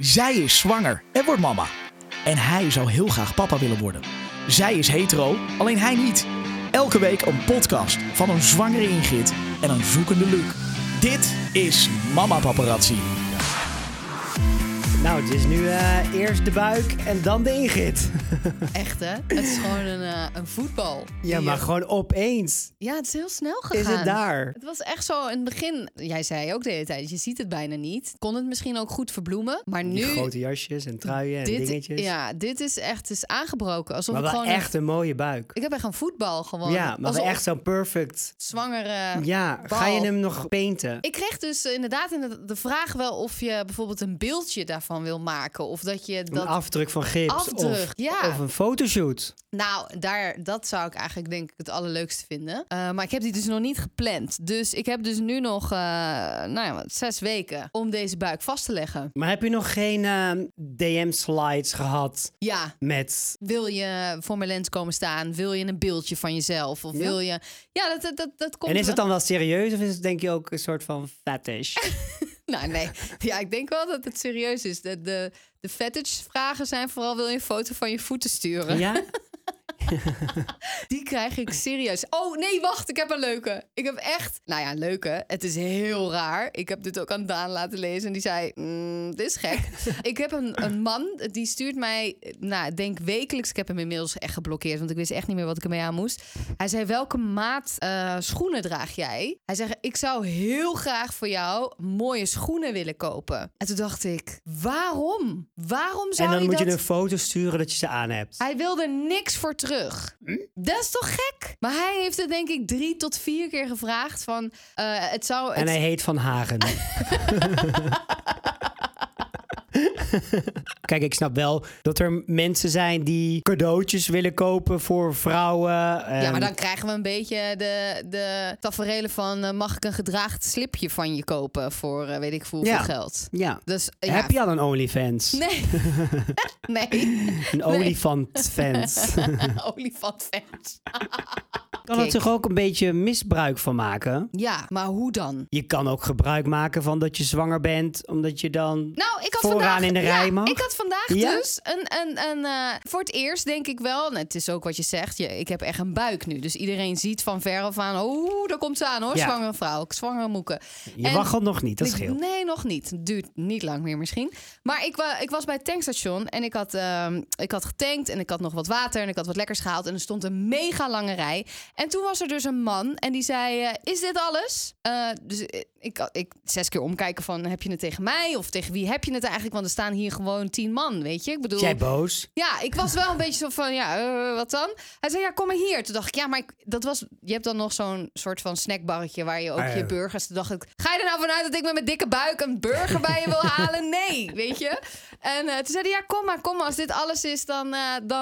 Zij is zwanger en wordt mama. En hij zou heel graag papa willen worden. Zij is hetero, alleen hij niet. Elke week een podcast van een zwangere Ingrid en een zoekende Luc. Dit is Mama Paparazzi. Nou, het is nu eerst de buik en dan de Ingrid. Echt, hè? Het is gewoon een voetbal. Ja, maar gewoon opeens. Ja, het is heel snel gegaan. Is het daar? Het was echt zo in het begin. Jij zei ook de hele tijd, je ziet het bijna niet. Kon het misschien ook goed verbloemen. Maar nu... Die grote jasjes en truien en dingetjes. Ja, dit is echt aangebroken. Alsof maar ik wel gewoon echt een mooie buik. Ik heb echt een voetbal gewoon. Ja, maar wel echt zo'n perfect... Zwangere Ja, bal. ga je hem nog painten? Ik kreeg dus inderdaad de vraag wel of je bijvoorbeeld een beeldje daarvan wil maken. Of dat je dat... Een afdruk van gips of een fotoshoot. Nou, dat zou ik eigenlijk denk ik het allerleukste vinden. Maar ik heb die dus nog niet gepland. Dus ik heb dus nu nog 6 weken om deze buik vast te leggen. Maar heb je nog geen DM-slides gehad? Ja. Met... Wil je voor mijn lens komen staan? Wil je een beeldje van jezelf? Of wil je... Ja, dat komt... En is het dan wel serieus of is het denk je ook een soort van fetish? Nou, nee. Ja, ik denk wel dat het serieus is. De fetish-vragen zijn vooral... wil je een foto van je voeten sturen? Ja? Die krijg ik serieus. Oh, nee, wacht. Ik heb een leuke. Ik heb echt... Nou ja, een leuke. Het is heel raar. Ik heb dit ook aan Daan laten lezen. En die zei, dit is gek. Ik heb een man, die stuurt mij... Nou, ik denk wekelijks. Ik heb hem inmiddels echt geblokkeerd. Want ik wist echt niet meer wat ik ermee aan moest. Hij zei, welke maat schoenen draag jij? Hij zei, ik zou heel graag voor jou mooie schoenen willen kopen. En toen dacht ik, waarom? Waarom zou En dan moet je dat... een foto sturen dat je ze aan hebt. Hij wil er niks voor terug. Dat is toch gek? Maar hij heeft het denk ik 3 tot 4 keer gevraagd van... het zou... En hij heet Van Hagen. Kijk, ik snap wel dat er mensen zijn die cadeautjes willen kopen voor vrouwen. Ja, maar dan krijgen we een beetje de taferelen van... mag ik een gedraagd slipje van je kopen voor weet ik veel geld? Ja. Dus, heb je al een OnlyFans? Nee. Nee. Een olifant-fans. Olifant-fans. Kan het zich ook een beetje misbruik van maken? Ja, maar hoe dan? Je kan ook gebruik maken van dat je zwanger bent, omdat je dan vooraan in de rij mag. Ik had vandaag dus voor het eerst denk ik wel... Nou, het is ook wat je zegt, ik heb echt een buik nu. Dus iedereen ziet van ver af aan... Oh, daar komt ze aan hoor, zwangere vrouw, zwangere moeken. Je waggelt nog niet, dat scheelt. Nee, nog niet. Het duurt niet lang meer misschien. Maar ik was bij het tankstation en ik had getankt... en ik had nog wat water en ik had wat lekkers gehaald... en er stond een mega lange rij... En toen was er dus een man en die zei, is dit alles? Dus ik 6 keer omkijken van, heb je het tegen mij? Of tegen wie heb je het eigenlijk? Want er staan hier gewoon 10 man, weet je? Ik bedoel... Jij boos? Ja, ik was wel een beetje zo van, wat dan? Hij zei, kom maar hier. Toen dacht ik, maar je hebt dan nog zo'n soort van snackbarretje... waar je ook je burgers... Toen dacht ik, ga je er nou vanuit dat ik met mijn dikke buik... een burger bij je wil halen? Nee, weet je? En toen zei hij, kom maar. Als dit alles is, dan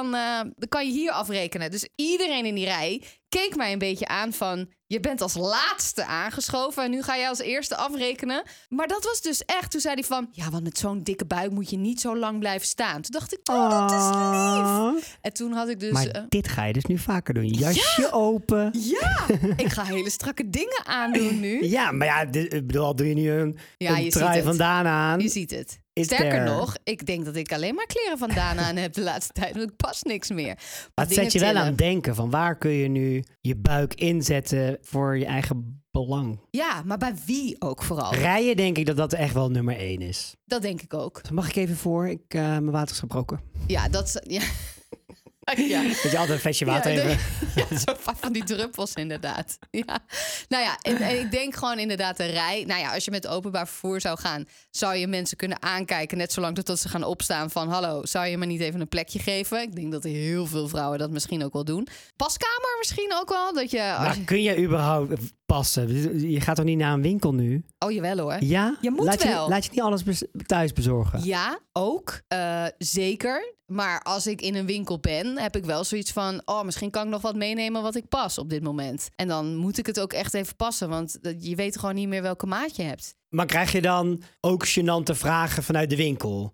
kan je hier afrekenen. Dus iedereen in die rij... keek mij een beetje aan van... je bent als laatste aangeschoven... en nu ga jij als eerste afrekenen. Maar dat was dus echt... toen zei hij van... ja, want met zo'n dikke buik moet je niet zo lang blijven staan. Toen dacht ik, dat is lief. En toen had ik dus... Maar dit ga je dus nu vaker doen. Jasje open. Ja, ik ga hele strakke dingen aandoen nu. Ja, maar ja, ik bedoel, al doe je nu een trui van Dana aan. Je ziet het. Sterker nog, ik denk dat ik alleen maar kleren van Dana aan heb de laatste tijd. Want ik pas niks meer. Maar het zet je wel aan het denken van waar kun je nu je buik inzetten voor je eigen belang. Ja, maar bij wie ook vooral? Rijden denk ik dat echt wel nummer 1 is. Dat denk ik ook. Mag ik even voor? Mijn water is gebroken. Ja, dat... Ja. Ja. Dat je altijd een flesje water even... Ja, zo van die druppels inderdaad. Ja. Nou ja, en ik denk gewoon inderdaad de rij. Nou ja, als je met openbaar vervoer zou gaan... zou je mensen kunnen aankijken... net zolang tot ze gaan opstaan van... hallo, zou je me niet even een plekje geven? Ik denk dat heel veel vrouwen dat misschien ook wel doen. Paskamer misschien ook wel. Dat je, maar kun je überhaupt passen? Je gaat toch niet naar een winkel nu? Oh, jawel hoor. Ja? Je moet wel. Laat je niet alles thuis bezorgen? Ja, ook. Zeker. Maar als ik in een winkel ben, heb ik wel zoiets van... misschien kan ik nog wat meenemen wat ik pas op dit moment. En dan moet ik het ook echt even passen. Want je weet gewoon niet meer welke maat je hebt. Maar krijg je dan ook gênante vragen vanuit de winkel?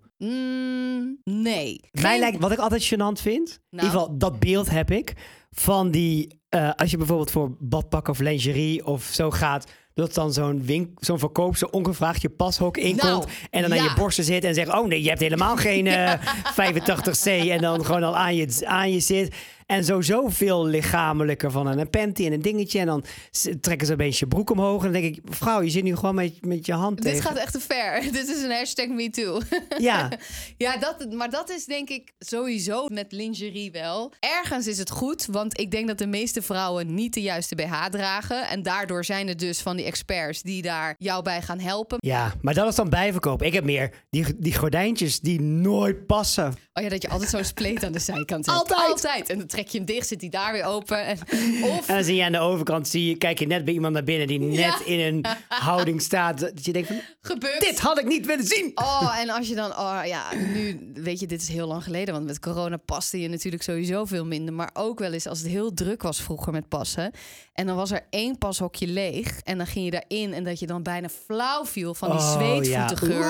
Nee. Wat ik altijd gênant vind... In ieder geval, dat beeld heb ik... van die... als je bijvoorbeeld voor badpak of lingerie of zo gaat... Dat dan zo'n verkoopster ongevraagd je pashok inkomt... en dan aan je borsten zit en zegt... oh nee, je hebt helemaal geen 85C... en dan gewoon al aan je zit... En sowieso veel lichamelijker van een panty en een dingetje. En dan trekken ze opeens je broek omhoog. En dan denk ik, vrouw, je zit nu gewoon met je hand tegen. Dit gaat echt te ver. Dit is een hashtag MeToo. Ja. Maar dat is denk ik sowieso met lingerie wel. Ergens is het goed, want ik denk dat de meeste vrouwen niet de juiste BH dragen. En daardoor zijn er dus van die experts die daar jou bij gaan helpen. Ja, maar dat is dan bijverkoop. Ik heb meer die gordijntjes die nooit passen. Oh ja, dat je altijd zo'n spleet aan de zijkant hebt. Altijd. En dan trek je hem dicht, zit hij daar weer open. En dan zie je aan de overkant, kijk je net bij iemand naar binnen die net in een houding staat. Dat je denkt van, gebeurt. Dit had ik niet willen zien. En als je dan, nu weet je, dit is heel lang geleden. Want met corona paste je natuurlijk sowieso veel minder. Maar ook wel eens als het heel druk was vroeger met passen. En dan was er 1 pashokje leeg. En dan ging je daarin en dat je dan bijna flauw viel van die zweetvoetengeur.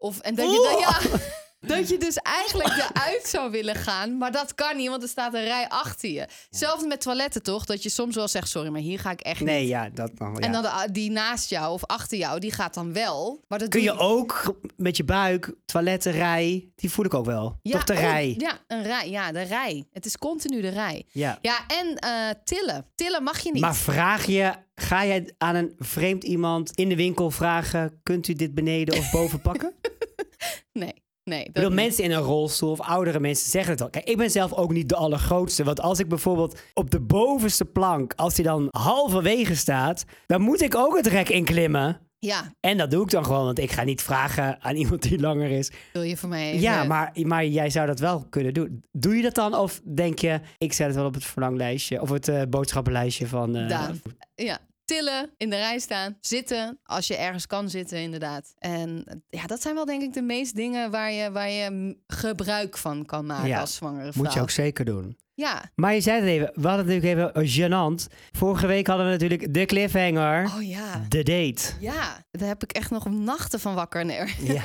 Dat je dus eigenlijk eruit zou willen gaan. Maar dat kan niet, want er staat een rij achter je. Zelfs met toiletten toch? Dat je soms wel zegt, sorry, maar hier ga ik echt niet. Nee, ja, dat nog. Ja. En dan die naast jou of achter jou, die gaat dan wel. Maar dat kun je ook met je buik, toilettenrij, die voel ik ook wel. Ja, toch de rij? Ja, een rij. Ja, de rij. Het is continu de rij. Ja, en tillen. Tillen mag je niet. Maar ga jij aan een vreemd iemand in de winkel vragen, kunt u dit beneden of boven pakken? Nee. Ik bedoel, mensen in een rolstoel of oudere mensen zeggen het al. Kijk, ik ben zelf ook niet de allergrootste. Want als ik bijvoorbeeld op de bovenste plank, als die dan halverwege staat, dan moet ik ook het rek inklimmen. Ja. En dat doe ik dan gewoon, want ik ga niet vragen aan iemand die langer is. Wil je voor mij even... Ja, maar jij zou dat wel kunnen doen. Doe je dat dan of denk je, ik zet het wel op het verlanglijstje of het boodschappenlijstje van... Daan. Ja. Tillen, in de rij staan, zitten, als je ergens kan zitten inderdaad. En dat zijn wel denk ik de meest dingen waar je gebruik van kan maken als zwangere vrouw. Moet je ook zeker doen. Ja. Maar je zei het even, we hadden het natuurlijk even gênant. Vorige week hadden we natuurlijk de cliffhanger. Oh ja. De date. Ja, daar heb ik echt nog nachten van wakker. Ja.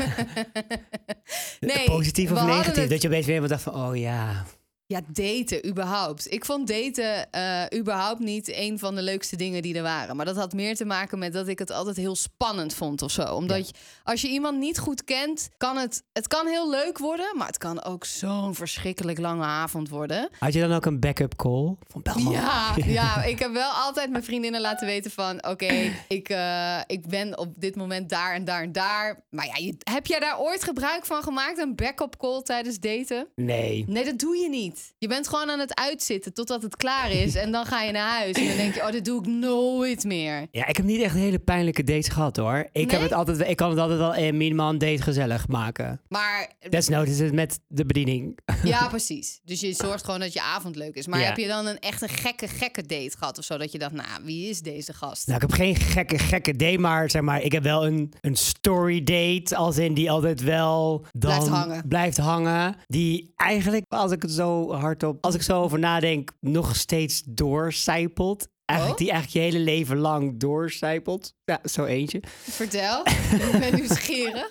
Nee, positief of negatief? Dat je opeens weer dacht van, oh ja... Ja, daten überhaupt. Ik vond daten überhaupt niet een van de leukste dingen die er waren. Maar dat had meer te maken met dat ik het altijd heel spannend vond of zo. Omdat als je iemand niet goed kent, kan het kan heel leuk worden. Maar het kan ook zo'n verschrikkelijk lange avond worden. Had je dan ook een backup call van Belman? Ja, ik heb wel altijd mijn vriendinnen laten weten van... Oké, ik ben op dit moment daar en daar en daar. Maar ja, heb jij daar ooit gebruik van gemaakt? Een backup call tijdens daten? Nee. Nee, dat doe je niet. Je bent gewoon aan het uitzitten totdat het klaar is. En dan ga je naar huis. En dan denk je, dit doe ik nooit meer. Ja, ik heb niet echt een hele pijnlijke dates gehad, hoor. Ik kan het altijd wel minimaal een date gezellig maken. Maar... Desnoods is het met de bediening. Ja, precies. Dus je zorgt gewoon dat je avond leuk is. Maar heb je dan echt een gekke date gehad of zo? Dat je dacht, wie is deze gast? Nou, ik heb geen gekke date, maar zeg maar, ik heb wel een story date. Als in die altijd wel dan blijft hangen. Die eigenlijk, als ik zo over nadenk, nog steeds doorcijpelt. Die eigenlijk je hele leven lang doorcijpelt. Ja, zo eentje. Vertel. Ik ben nieuwsgierig.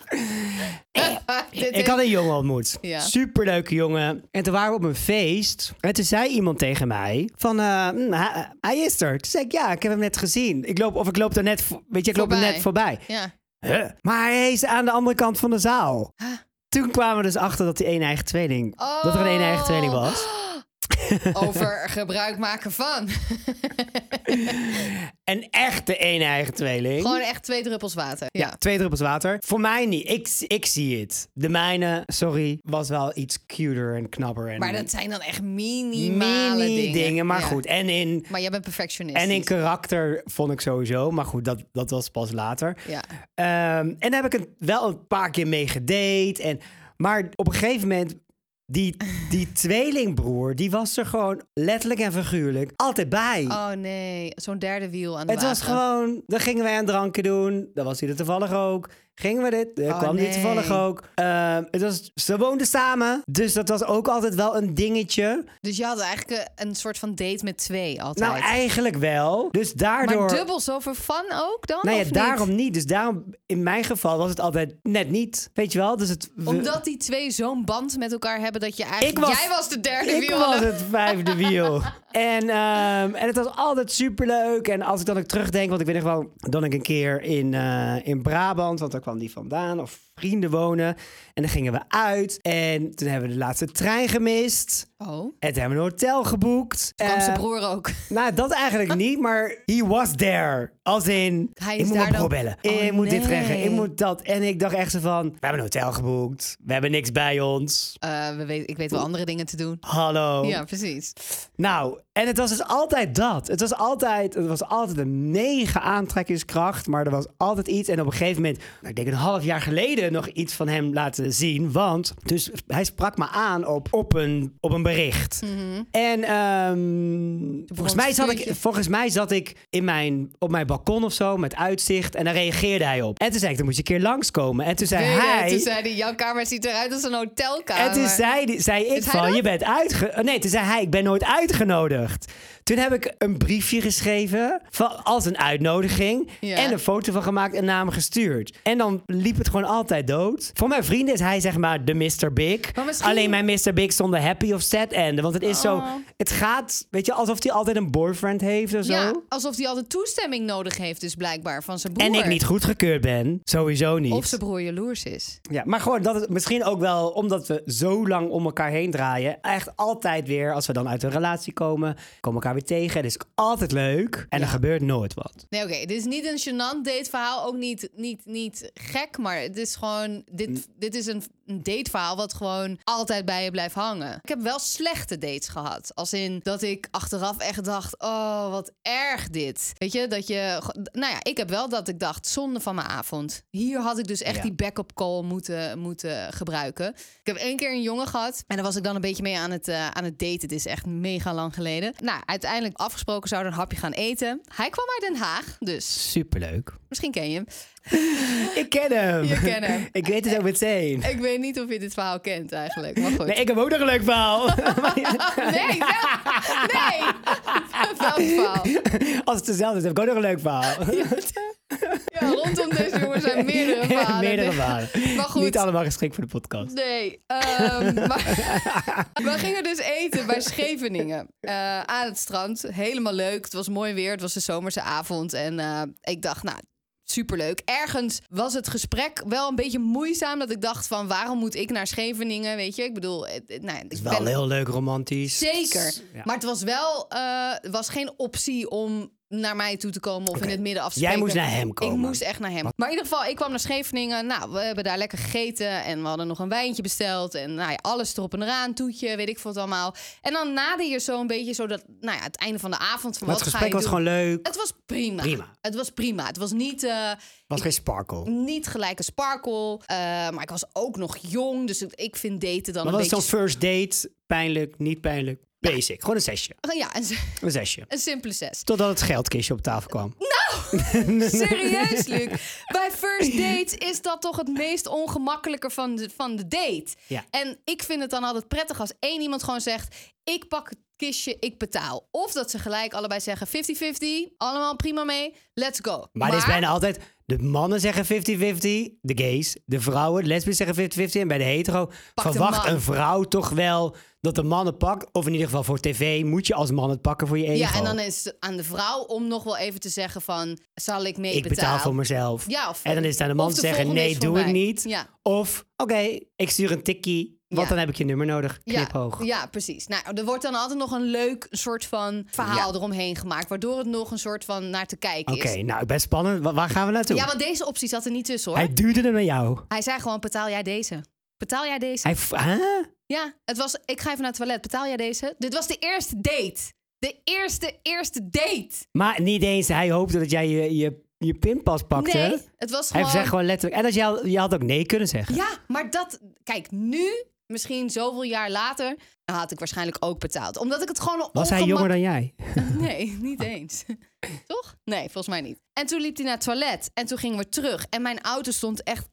Ik had een jongen ontmoet. Ja. Superleuke jongen. En toen waren we op een feest. En toen zei iemand tegen mij van... hij is er. Toen zei ik, ja, ik heb hem net gezien. Ik loop er net voorbij. Ja. Maar hij is aan de andere kant van de zaal. Toen kwamen we dus achter dat hij één-eigen tweeling... Dat er een één-eigen tweeling was. Over gebruik maken van. Een echte één-eigen tweeling. Gewoon echt 2 druppels water. Ja, 2 druppels water. Voor mij niet. Ik zie het. De mijne, was wel iets cuter en knapper. Maar dat zijn dan echt minimale dingen. Maar goed. Maar jij bent perfectionist. En in karakter vond ik sowieso. Maar goed, dat was pas later. Ja. En daar heb ik wel een paar keer mee gedate. Maar op een gegeven moment... Die tweelingbroer, die was er gewoon letterlijk en figuurlijk altijd bij. Oh nee, zo'n derde wiel aan de wagen. Het was gewoon, dan gingen wij een drankje doen. Dan was hij er toevallig ook. Gingen we dit, kwam die toevallig ook. Ze woonden samen, dus dat was ook altijd wel een dingetje. Dus je had eigenlijk een soort van date met 2 altijd? Nou, eigenlijk wel. Dus daardoor... Maar dubbel zoveel fun ook dan? Nou ja, daarom niet. Dus daarom, in mijn geval, was het altijd net niet. Weet je wel? Dus omdat die 2 zo'n band met elkaar hebben dat je eigenlijk... Jij was de derde wiel. Ik was het 5e wiel. En het was altijd superleuk. En als ik dan ook terugdenk, want ik weet nog wel... dan ik een keer in Brabant, want daar kwam die vandaan... of vrienden wonen. En dan gingen we uit. En toen hebben we de laatste trein gemist. Oh. En toen hebben we een hotel geboekt. Kwam zijn broer ook? Nou, dat eigenlijk niet, maar he was there. Als in, ik moet mijn broer bellen. Ik moet dit regelen, ik moet dat. En ik dacht echt zo van, we hebben een hotel geboekt. We hebben niks bij ons. Ik weet wel andere dingen te doen. Hallo. Ja, precies. Nou, en het was dus altijd dat. Het was altijd een mega aantrekkingskracht. Maar er was altijd iets. En op een gegeven moment, ik denk een half jaar geleden... nog iets van hem laten zien. Want dus hij sprak me aan op een bericht. Mm-hmm. En volgens mij zat ik op mijn balkon of zo met uitzicht. En daar reageerde hij op. En toen zei ik, dan moet je een keer langskomen. En toen zei hij... Toen zei hij, jouw kamer ziet eruit als een hotelkamer. En toen zei ik van, je bent uitgenodigd. Nee, toen zei hij, ik ben nooit uitgenodigd. Toen heb ik een briefje geschreven als een uitnodiging. Ja. En een foto van gemaakt en naar hem gestuurd. En dan liep het gewoon altijd dood. Voor mijn vrienden is hij zeg maar de Mr. Big. Alleen mijn Mr. Big zonder happy of sad enden. Want het is zo... Het gaat, weet je, alsof hij altijd een boyfriend heeft of zo. Ja, alsof hij altijd toestemming nodig heeft dus blijkbaar van zijn broer. En ik niet goedgekeurd ben. Sowieso niet. Of zijn broer jaloers is. Ja, maar gewoon dat het misschien ook wel... Omdat we zo lang om elkaar heen draaien. Echt altijd weer, als we dan uit een relatie komen elkaar weer tegen. Het is altijd leuk. En er gebeurt nooit wat. Nee, oké. Dit is niet een gênant dateverhaal. Ook niet gek. Maar het is gewoon... Dit is een dateverhaal wat gewoon altijd bij je blijft hangen. Ik heb wel slechte dates gehad. Als in dat ik achteraf echt dacht... Oh, wat erg dit. Weet je, dat je... Nou ja, ik heb wel dat ik dacht... Zonde van mijn avond. Hier had ik dus echt die backup call moeten gebruiken. Ik heb 1 keer een jongen gehad. En daar was ik dan een beetje mee aan het daten. Het is echt mega lang geleden. Nou, uiteindelijk afgesproken zouden een hapje gaan eten. Hij kwam uit Den Haag, dus... Superleuk. Misschien ken je hem. Ik ken hem. Je kent hem. Ik weet het ook meteen. Ik weet niet of je dit verhaal kent eigenlijk, maar goed. Nee, ik heb ook nog een leuk verhaal. Nee. Welk verhaal? Als het dezelfde is, heb ik ook nog een leuk verhaal. Ja, rondom deze jongen zijn meerdere verhalen. Meerdere verhalen. Maar goed. Niet allemaal geschikt voor de podcast. Nee. Maar we gingen dus eten bij Scheveningen. Aan het strand. Helemaal leuk. Het was mooi weer. Het was de zomerse avond. En ik dacht, nou... Superleuk. Ergens was het gesprek wel een beetje moeizaam. Dat ik dacht van, waarom moet ik naar Scheveningen? Weet je, ik bedoel... Het is wel heel leuk romantisch. Zeker. Ja. Maar het was wel... was geen optie om naar mij toe te komen of in het midden af te spreken. Jij moest naar hem komen. Ik moest echt naar hem. Maar in ieder geval, ik kwam naar Scheveningen. Nou, we hebben daar lekker gegeten en we hadden nog een wijntje besteld. En nou ja, alles erop en eraan, toetje, weet ik veel het allemaal. En dan nader je zo een beetje zo dat, nou ja, het einde van de avond. Van, maar wat het gesprek was gewoon leuk. Het was prima. Het was prima. Het was niet... was geen sparkle. Niet gelijk een sparkle. Maar ik was ook nog jong, dus ik vind daten dan maar een beetje... Maar was zo'n first date? Pijnlijk, niet pijnlijk? Basic, gewoon een zesje. Ja, een zesje. Een simpele 6. Totdat het geldkistje op tafel kwam. Nou, serieus, Luc. Bij first dates is dat toch het meest ongemakkelijke van de date. Ja. En ik vind het dan altijd prettig als 1 iemand gewoon zegt... ik pak het kistje, ik betaal. Of dat ze gelijk allebei zeggen 50-50. Allemaal prima mee, let's go. Maar het is bijna altijd... De mannen zeggen 50-50, de gays. De vrouwen, de lesbisch zeggen 50-50. En bij de hetero verwacht een vrouw toch wel dat de man het pakt. Of in ieder geval voor tv moet je als man het pakken voor je ego. Ja, en dan is het aan de vrouw om nog wel even te zeggen van... zal ik mee betalen? Ik betaal voor mezelf. Ja, en dan is het aan de man te zeggen, nee, doe ik niet. Ja. Of, oké, ik stuur een tikkie. Want dan heb ik je nummer nodig. Kniphoog. Ja, precies. Nou, er wordt dan altijd nog een leuk soort van verhaal eromheen gemaakt. Waardoor het nog een soort van naar te kijken is. Oké, nou, best spannend. Waar gaan we naartoe? Ja, want deze optie zat er niet tussen, hoor. Hij duwde er naar jou. Hij zei gewoon, betaal jij deze? Betaal jij deze? Ja, het was, ik ga even naar het toilet. Betaal jij deze? Dit was de eerste date. De eerste date. Maar niet eens, hij hoopte dat jij je pinpas pakte. Nee, het was gewoon... Hij zegt gewoon letterlijk... En dat je had ook nee kunnen zeggen. Ja, maar dat... Kijk, nu... Misschien zoveel jaar later had ik waarschijnlijk ook betaald. Omdat ik het gewoon... Was hij jonger dan jij? Nee, niet eens. Toch? Nee, volgens mij niet. En toen liep hij naar het toilet. En toen gingen we terug. En mijn auto stond echt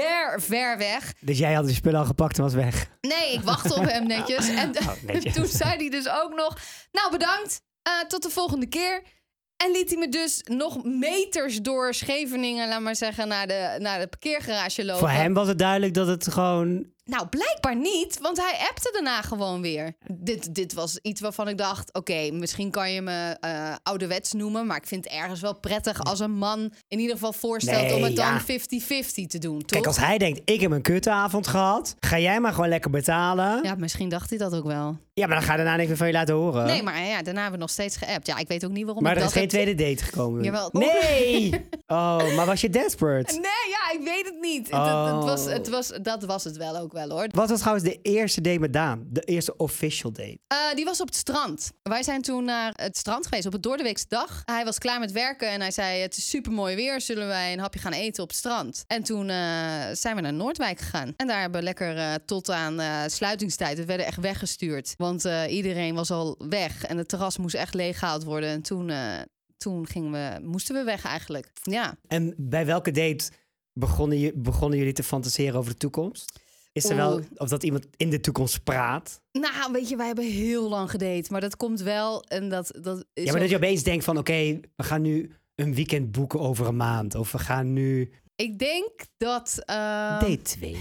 ver weg. Dus jij had de spullen al gepakt en was weg? Nee, ik wachtte op hem netjes. En toen zei hij dus ook nog... Nou, bedankt. Tot de volgende keer. En liet hij me dus nog meters door Scheveningen, laat maar zeggen, naar de parkeergarage lopen. Voor hem was het duidelijk dat het gewoon Nou, blijkbaar niet, want hij appte daarna gewoon weer. Dit was iets waarvan ik dacht... Oké, misschien kan je me ouderwets noemen... maar ik vind het ergens wel prettig als een man in ieder geval voorstelt... om het dan 50-50 te doen, toch? Kijk, als hij denkt, ik heb een kutavond gehad... ga jij maar gewoon lekker betalen. Ja, misschien dacht hij dat ook wel. Ja, maar dan ga je daarna niks meer van je laten horen. Nee, maar daarna hebben we nog steeds geappt. Ja, ik weet ook niet waarom. Maar er is geen tweede date gekomen. Jawel. Nee! Oh, maar was je desperate? Nee, ja, ik weet het niet. Dat was het wel ook wel, hoor. Wat was trouwens de eerste date met Daan? De eerste official date? Die was op het strand. Wij zijn toen naar het strand geweest op het doordeweekse dag. Hij was klaar met werken en hij zei... het is supermooi weer, zullen wij een hapje gaan eten op het strand? En toen zijn we naar Noordwijk gegaan. En daar hebben we lekker tot aan sluitingstijd... we werden echt weggestuurd. Want iedereen was al weg en het terras moest echt leeggehaald worden. En toen moesten we weg eigenlijk. Ja. En bij welke date begonnen jullie te fantaseren over de toekomst? Is er wel of dat iemand in de toekomst praat? Nou, weet je, wij hebben heel lang gedate. Maar dat komt wel en dat is... Ja, maar dat je opeens denkt van... oké, we gaan nu een weekend boeken over een maand. Of we gaan nu... Ik denk dat... Date 2.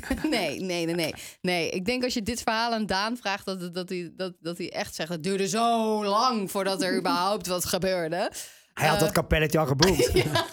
Nee, ik denk als je dit verhaal aan Daan vraagt... dat hij echt zegt... het duurde zo lang voordat er überhaupt wat gebeurde. Hij had dat kapelletje al geboekt. Ja.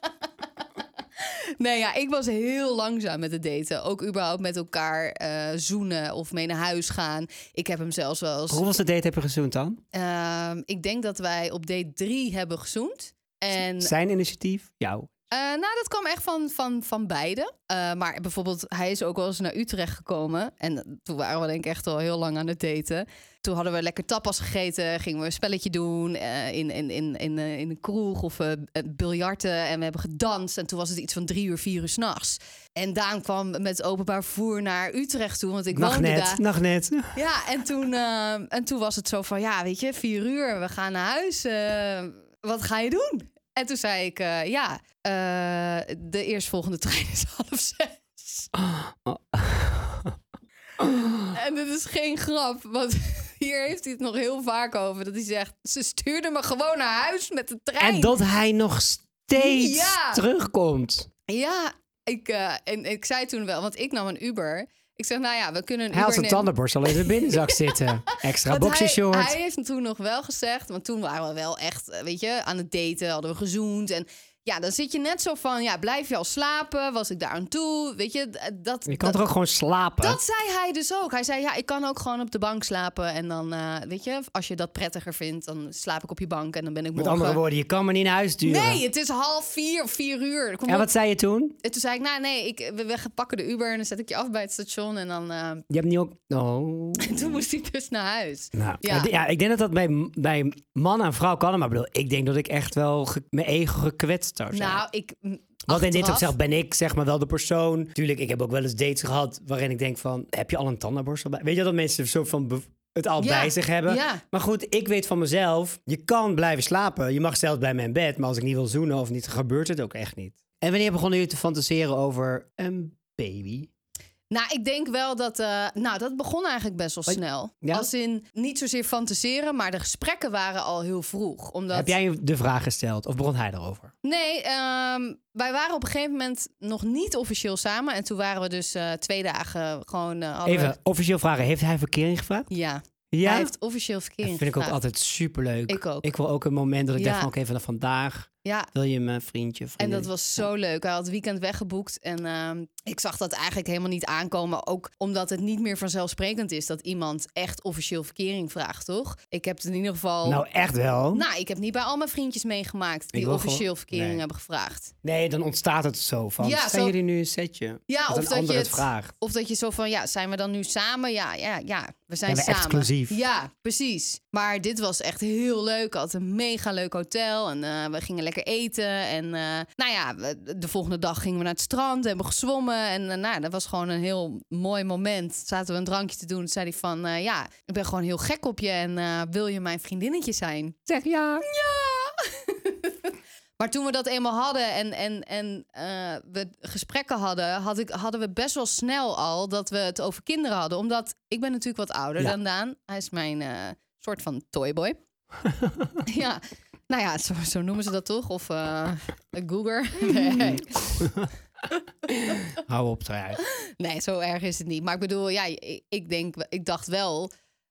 Nee, ja, ik was heel langzaam met het daten. Ook überhaupt met elkaar zoenen of mee naar huis gaan. Ik heb hem zelfs wel eens... Hoeveelste date heb je gezoend dan? Ik denk dat wij op date 3 hebben gezoend. En... Zijn initiatief? Jouw? Nou, dat kwam echt van beide. Maar bijvoorbeeld, hij is ook wel eens naar Utrecht gekomen. En toen waren we denk ik echt al heel lang aan het daten. Toen hadden we lekker tapas gegeten. Gingen we een spelletje doen in een kroeg of biljarten. En we hebben gedanst. En toen was het iets van 3 uur, 4 uur 's nachts. En Daan kwam met openbaar vervoer naar Utrecht toe. Want ik woonde daar. Nachtnet. Ja, en toen was het zo van... Ja, weet je, 4 uur, we gaan naar huis. Wat ga je doen? En toen zei ik, de eerstvolgende trein is 5:30. En dit is geen grap, want hier heeft hij het nog heel vaak over. Dat hij zegt, ze stuurde me gewoon naar huis met de trein. En dat hij nog steeds terugkomt. Ja, ik zei toen wel, want ik nam een Uber... Ik zeg, nou ja, we kunnen een Hij had zijn tandenborstel in zijn binnenzak zitten. Extra boxershort. Hij heeft toen nog wel gezegd, want toen waren we wel echt, weet je, aan het daten, hadden we gezoend. En ja, dan zit je net zo van, ja, blijf je al slapen? Was ik daar aan toe? Weet je, je kan toch ook gewoon slapen? Dat zei hij dus ook. Hij zei, ja, ik kan ook gewoon op de bank slapen. En dan, weet je, als je dat prettiger vindt, dan slaap ik op je bank en dan ben ik morgen... Met andere woorden, je kan me niet naar huis sturen. Nee, het is 3:30 of 4 uur. En wat zei je toen? En toen zei ik, nou nee, we pakken de Uber en dan zet ik je af bij het station en dan... Je hebt niet ook... Oh. En toen moest ik dus naar huis. Nou, ja, ik denk dat bij man en vrouw kan. Maar bedoel, ik denk dat ik echt wel mijn ego gekwetst zou zijn. Nou, want in dit opzicht ben ik zeg maar wel de persoon... Tuurlijk, ik heb ook wel eens dates gehad waarin ik denk van... Heb je al een tandenborstel bij? Weet je dat mensen zo van het al bij zich hebben? Ja. Maar goed, ik weet van mezelf... Je kan blijven slapen. Je mag zelfs bij mijn bed. Maar als ik niet wil zoenen of niet, gebeurt het ook echt niet. En wanneer begonnen jullie te fantaseren over een baby? Nou, ik denk wel dat... dat begon eigenlijk best wel snel. Ja? Als in niet zozeer fantaseren, maar de gesprekken waren al heel vroeg. Omdat... Heb jij de vraag gesteld of begon hij erover? Nee, wij waren op een gegeven moment nog niet officieel samen. En toen waren we dus 2 dagen gewoon... Even officieel vragen. Heeft hij verkering gevraagd? Ja. Ja? Hij heeft officieel verkering Dat vind ik ook gevraagd. altijd superleuk. Ik ook. Ik wil ook een moment dat ik dacht van oké, vanaf vandaag wil je mijn vriendje. En dat was zo leuk. Hij had het weekend weggeboekt en ik zag dat eigenlijk helemaal niet aankomen. Ook omdat het niet meer vanzelfsprekend is dat iemand echt officieel verkering vraagt, toch? Ik heb het in ieder geval... Nou, echt wel? Nou, ik heb niet bij al mijn vriendjes meegemaakt die officieel verkering hebben gevraagd. Nee, dan ontstaat het zo van, zijn jullie nu een setje? Ja, dat of dat je het vraagt. Of dat je zo van, ja, zijn we dan nu samen? Ja, we zijn samen. Exclusief. Ja, precies. Maar dit was echt heel leuk. Had een mega leuk hotel en we gingen lekker eten. En de volgende dag gingen we naar het strand, hebben gezwommen. En dat was gewoon een heel mooi moment. Zaten we een drankje te doen. Toen zei hij van, ik ben gewoon heel gek op je. En wil je mijn vriendinnetje zijn? Zeg ja. Ja! Maar toen we dat eenmaal hadden en we gesprekken hadden we best wel snel al dat we het over kinderen hadden. Omdat ik ben natuurlijk wat ouder dan Daan. Hij is mijn soort van toyboy. Ja, nou ja, zo noemen ze dat toch? Of Google. Nee. Hou op, eruit. Nee, zo erg is het niet. Maar ik bedoel, ja, ik dacht wel...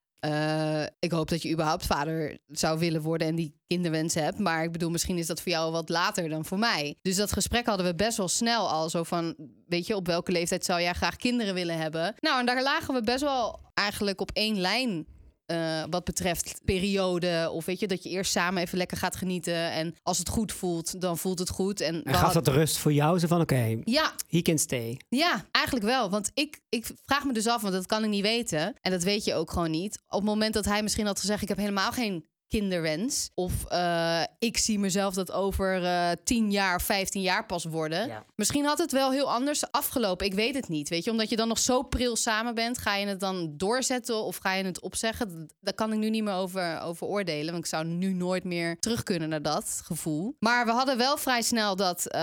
ik hoop dat je überhaupt vader zou willen worden en die kinderwensen hebt. Maar ik bedoel, misschien is dat voor jou wat later dan voor mij. Dus dat gesprek hadden we best wel snel al. Zo van, weet je, op welke leeftijd zou jij graag kinderen willen hebben? Nou, en daar lagen we best wel eigenlijk op één lijn. Wat betreft periode. Of weet je, dat je eerst samen even lekker gaat genieten. En als het goed voelt, dan voelt het goed. En gaat dat rust voor jou? Zo van, oké, ja. He can stay. Ja, eigenlijk wel. Want ik vraag me dus af, want dat kan ik niet weten. En dat weet je ook gewoon niet. Op het moment dat hij misschien had gezegd... ik heb helemaal geen kinderwens. Of ik zie mezelf dat over 10 jaar, 15 jaar pas worden. Ja. Misschien had het wel heel anders afgelopen. Ik weet het niet, weet je. Omdat je dan nog zo pril samen bent. Ga je het dan doorzetten of ga je het opzeggen? Daar kan ik nu niet meer over oordelen. Want ik zou nu nooit meer terug kunnen naar dat gevoel. Maar we hadden wel vrij snel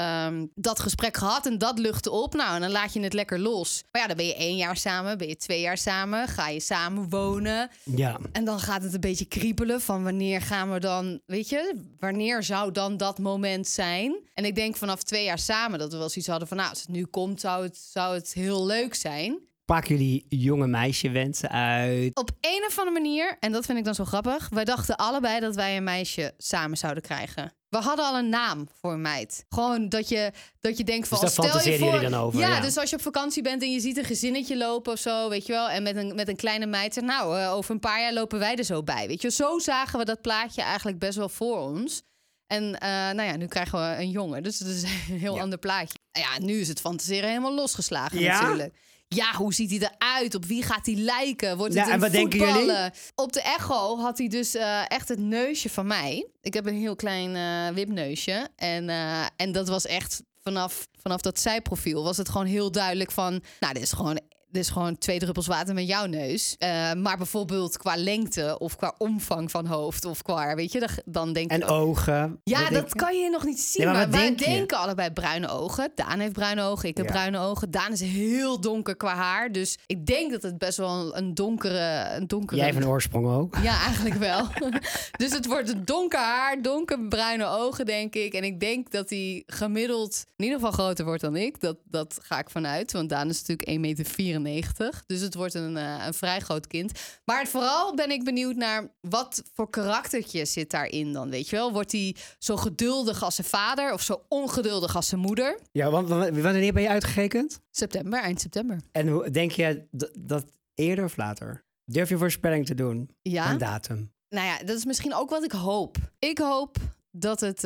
dat gesprek gehad. En dat luchtte op. Nou, en dan laat je het lekker los. Maar ja, dan ben je 1 jaar samen. Ben je 2 jaar samen. Ga je samen wonen. Ja. En dan gaat het een beetje kriebelen van wanneer gaan we dan, weet je, wanneer zou dan dat moment zijn? En ik denk vanaf 2 jaar samen dat we wel zoiets hadden van, nou, als het nu komt, zou het heel leuk zijn. Pakken jullie jonge meisjewensen uit? Op een of andere manier, en dat vind ik dan zo grappig, wij dachten allebei dat wij een meisje samen zouden krijgen. We hadden al een naam voor een meid. Gewoon dat je denkt van... Dus daar fantaseren jullie dan over? Ja, dus als je op vakantie bent en je ziet een gezinnetje lopen of zo, weet je wel. En met een kleine meid zegt, nou, over een paar jaar lopen wij er zo bij. Weet je, zo zagen we dat plaatje eigenlijk best wel voor ons. En nou ja, nu krijgen we een jongen. Dus dat is een heel ander plaatje. Ja, nu is het fantaseren helemaal losgeslagen natuurlijk. Ja, hoe ziet hij eruit? Op wie gaat hij lijken? Wordt het en wat denken jullie? Op de echo had hij dus echt het neusje van mij. Ik heb een heel klein wipneusje. En dat was echt vanaf dat zijprofiel was het gewoon heel duidelijk van... Nou, dit is gewoon 2 druppels water met jouw neus. Maar bijvoorbeeld qua lengte of qua omvang van hoofd of qua, weet je, dan denk en je... ogen. Ja, dat kan je nog niet zien. Nee, maar wij denken allebei bruine ogen. Daan heeft bruine ogen, ik heb bruine ogen. Daan is heel donker qua haar. Dus ik denk dat het best wel een donkere... Jij van oorsprong ook. Ja, eigenlijk wel. Dus het wordt donker haar, donkerbruine ogen, denk ik. En ik denk dat hij gemiddeld in ieder geval groter wordt dan ik. Dat ga ik vanuit. Want Daan is natuurlijk 1,94 meter. Dus het wordt een vrij groot kind. Maar vooral ben ik benieuwd naar wat voor karaktertje zit daarin dan, weet je wel? Wordt hij zo geduldig als zijn vader of zo ongeduldig als zijn moeder? Ja, want wanneer ben je uitgerekend? Eind september. En denk je dat eerder of later? Durf je voorspelling te doen? Ja. Een datum? Nou ja, dat is misschien ook wat ik hoop. Ik hoop dat het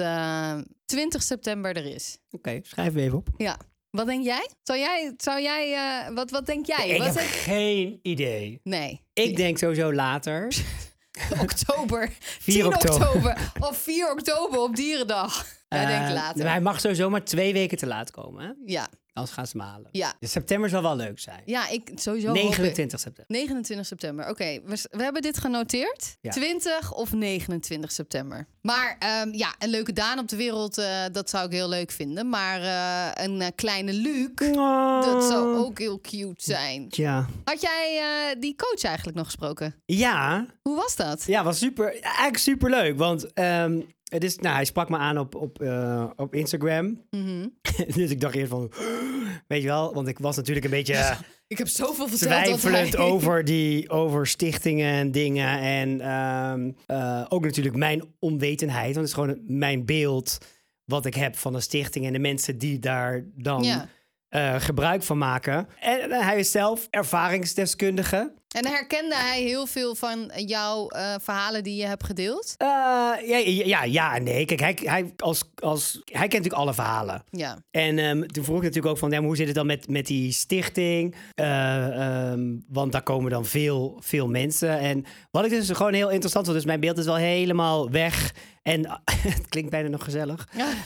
20 september er is. Oké, schrijf even op. Ja. Wat denk jij? Zou jij wat denk jij? Ik heb geen idee. Nee. Ik denk sowieso later. Oktober. 4 oktober. Of 4 oktober op Dierendag. Jij denkt later. Hij mag sowieso maar 2 weken te laat komen. Hè? Ja. Anders gaan ze me halen. Ja. Dus september zal wel leuk zijn. Ja, ik sowieso 29 september. 29 september. Oké, we hebben dit genoteerd. Ja. 20 of 29 september. Maar ja, een leuke Daan op de wereld, dat zou ik heel leuk vinden. Maar een kleine Luc, dat zou ook heel cute zijn. Ja. Had jij die coach eigenlijk nog gesproken? Ja. Hoe was dat? Ja, was eigenlijk super leuk. Want hij sprak me aan op Instagram. Mm-hmm. Dus ik dacht eerst van, weet je wel, want ik was natuurlijk een beetje ik heb zoveel verteld twijfelend over stichtingen en dingen. En ook natuurlijk mijn onwetendheid. Want het is gewoon mijn beeld wat ik heb van een stichting en de mensen die daar dan gebruik van maken. En hij is zelf ervaringsdeskundige. En herkende hij heel veel van jouw verhalen die je hebt gedeeld? Ja en nee. Kijk, hij kent natuurlijk alle verhalen. Ja. En toen vroeg ik natuurlijk ook van, ja, maar hoe zit het dan met die stichting? Want daar komen dan veel mensen. En wat ik dus gewoon heel interessant vond, dus mijn beeld is wel helemaal weg. En het klinkt bijna nog gezellig.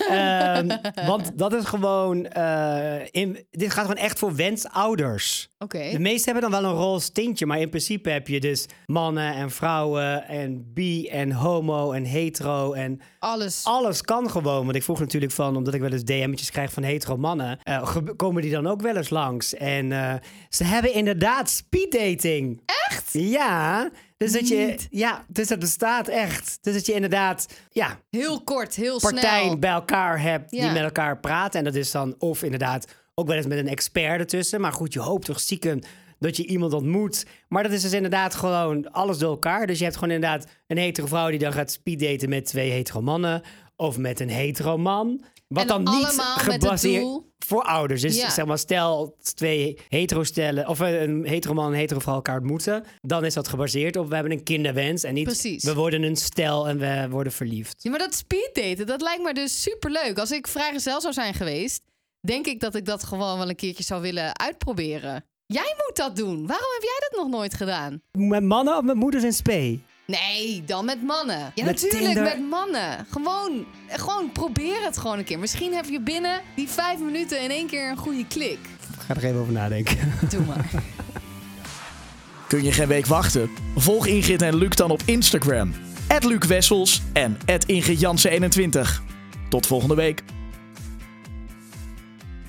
Want dat is gewoon... dit gaat gewoon echt voor wensouders. Okay. De meesten hebben dan wel een roze tintje, maar in principe heb je dus mannen en vrouwen en bi en homo en hetero en alles kan gewoon. Want ik vroeg natuurlijk van, omdat ik wel eens DM'tjes krijg van hetero mannen, komen die dan ook wel eens langs? En ze hebben inderdaad speeddating. Echt? Ja. Dus dus dat bestaat echt. Dus dat je inderdaad, heel kort, heel partijen snel bij elkaar hebt die met elkaar praten. En dat is dan of inderdaad Ook wel eens met een expert ertussen. Maar goed, je hoopt toch stiekem dat je iemand ontmoet. Maar dat is dus inderdaad gewoon alles door elkaar. Dus je hebt gewoon inderdaad een hetero vrouw die dan gaat speeddaten met 2 hetero mannen. Of met een hetero man. Wat en dan niet gebaseerd voor ouders. Dus zeg maar, stel 2 hetero stellen of een hetero man en een hetero vrouw elkaar ontmoeten. Dan is dat gebaseerd op we hebben een kinderwens. En niet we worden een stel en we worden verliefd. Ja, maar dat speeddaten, dat lijkt me dus superleuk. Als ik vrijgezel zou zijn geweest, denk ik dat ik dat gewoon wel een keertje zou willen uitproberen. Jij moet dat doen. Waarom heb jij dat nog nooit gedaan? Met mannen of met moeders in spe? Nee, dan met mannen. Ja, met natuurlijk Tinder. met mannen. Gewoon probeer het gewoon een keer. Misschien heb je binnen die 5 minuten in één keer een goede klik. Ik ga er even over nadenken. Doe maar. Kun je geen week wachten? Volg Ingrid en Luc dan op Instagram. @Luc Wessels en @IngridJansen21. Tot volgende week.